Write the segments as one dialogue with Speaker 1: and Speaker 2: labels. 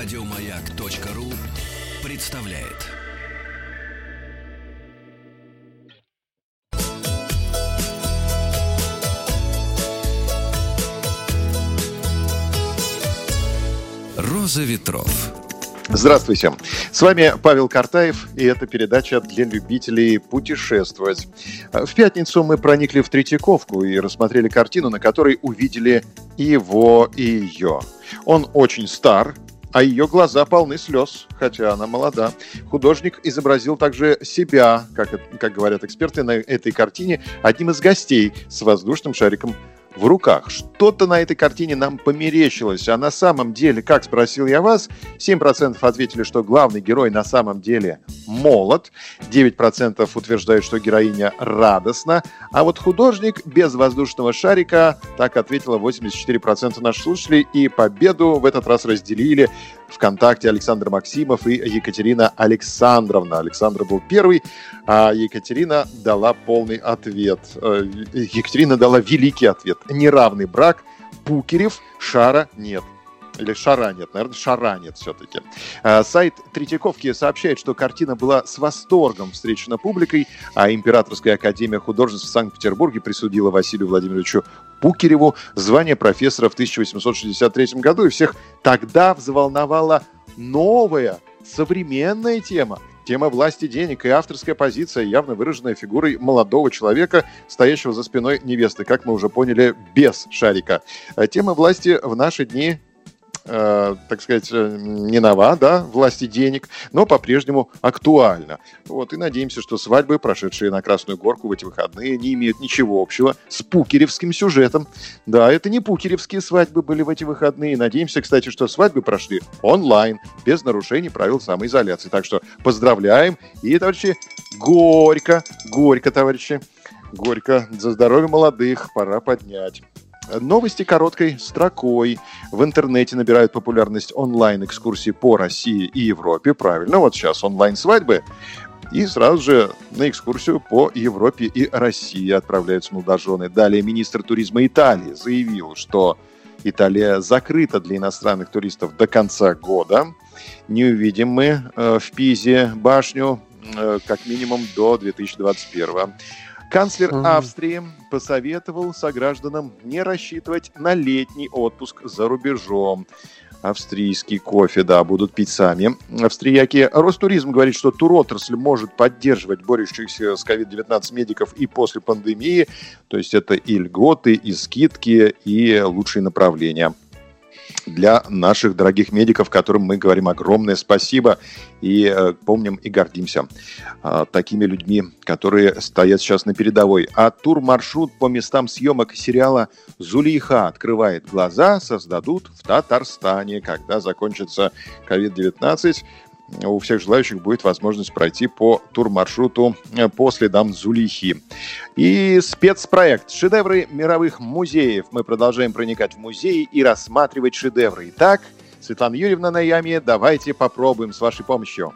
Speaker 1: Радиомаяк.ру представляет. Роза ветров.
Speaker 2: Здравствуйте. С вами Павел Картаев, и это передача для любителей путешествовать. В пятницу мы проникли в Третьяковку и рассмотрели картину, на которой увидели его и ее. Он очень стар, а ее глаза полны слез, хотя она молода. Художник изобразил также себя, как говорят эксперты на этой картине, одним из гостей с воздушным шариком в руках. Что-то на этой картине нам померещилось. А на самом деле, как спросил я вас, 7% ответили, что главный герой на самом деле молод, 9% утверждают, что героиня радостна, а вот художник без воздушного шарика, так ответило 84% наших слушателей, и победу в этот раз разделили ВКонтакте Александр Максимов и Екатерина Александровна. Александр был первый, а Екатерина дала полный ответ. Екатерина дала великий ответ. Неравный брак, Пукерев, шара нет. Или шара нет, наверное, шара нет все-таки. Сайт Третьяковки сообщает, что картина была с восторгом встречена публикой, а Императорская академия художеств в Санкт-Петербурге присудила Василию Владимировичу Пукереву звание профессора в 1863 году. И всех тогда взволновала новая, современная тема. Тема власти, денег и авторская позиция, явно выраженная фигурой молодого человека, стоящего за спиной невесты, как мы уже поняли, без шарика. Тема власти в наши дни, так сказать, не нова, да, власти денег, но по-прежнему актуальна. Вот, и надеемся, что свадьбы, прошедшие на Красную Горку в эти выходные, не имеют ничего общего с пукеревским сюжетом. Да, это не пукеревские свадьбы были в эти выходные. Надеемся, кстати, что свадьбы прошли онлайн, без нарушений правил самоизоляции. Так что поздравляем. И, товарищи, горько, товарищи, горько. За здоровье молодых пора поднять. Новости короткой строкой. В интернете набирают популярность онлайн-экскурсии по России и Европе. Правильно, вот сейчас онлайн-свадьбы. И сразу же на экскурсию по Европе и России отправляются молодожены. Далее министр туризма Италии заявил, что Италия закрыта для иностранных туристов до конца года. Не увидим мы в Пизе башню как минимум до 2021. Канцлер Австрии посоветовал согражданам не рассчитывать на летний отпуск за рубежом. Австрийский кофе, да, будут пить сами австрияки. Ростуризм говорит, что туротрасль может поддерживать борющихся с COVID-19 медиков и после пандемии. То есть это и льготы, и скидки, и лучшие направления для наших дорогих медиков, которым мы говорим огромное спасибо и помним и гордимся такими людьми, которые стоят сейчас на передовой. А турмаршрут по местам съемок сериала «Зулейха открывает глаза» создадут в Татарстане. Когда закончится COVID-19, у всех желающих будет возможность пройти по турмаршруту по следам Зулейхи. И спецпроект «Шедевры мировых музеев». Мы продолжаем проникать в музеи и рассматривать шедевры. Итак, Светлана Юрьевна на яме, давайте попробуем с вашей помощью.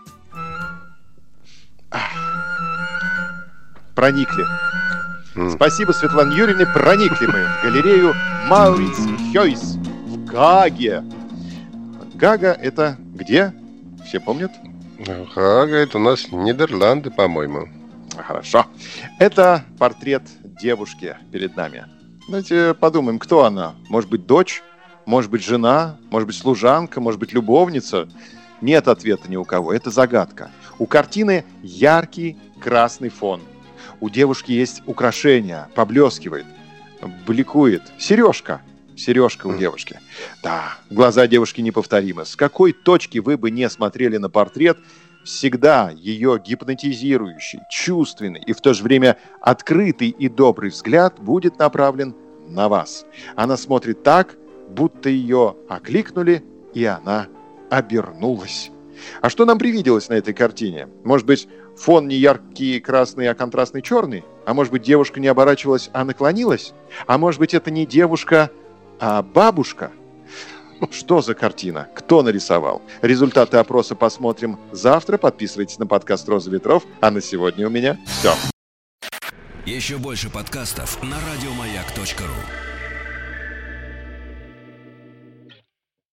Speaker 2: Проникли. Спасибо, Светлана Юрьевна. Проникли мы в галерею Мауритс-Хёйс в Гааге. Гага — это где? Все помнят?
Speaker 3: Гага — это у нас Нидерланды, по-моему.
Speaker 2: Хорошо. Это портрет девушки перед нами. Давайте подумаем, кто она? Может быть, дочь? Может быть, жена? Может быть, служанка? Может быть, любовница? Нет ответа ни у кого. Это загадка. У картины яркий красный фон. У девушки есть украшение, поблескивает, бликует. Сережка у девушки. Да, глаза девушки неповторимы. С какой точки вы бы не смотрели на портрет, всегда ее гипнотизирующий, чувственный и в то же время открытый и добрый взгляд будет направлен на вас. Она смотрит так, будто ее окликнули, и она обернулась. А что нам привиделось на этой картине? Может быть, фон не яркий красный, а контрастный черный? А может быть, девушка не оборачивалась, а наклонилась? А может быть, это не девушка, а бабушка? Что за картина? Кто нарисовал? Результаты опроса посмотрим завтра. Подписывайтесь на подкаст «Роза ветров». А на сегодня у меня все.
Speaker 1: Еще больше подкастов на радиомаяк.ру.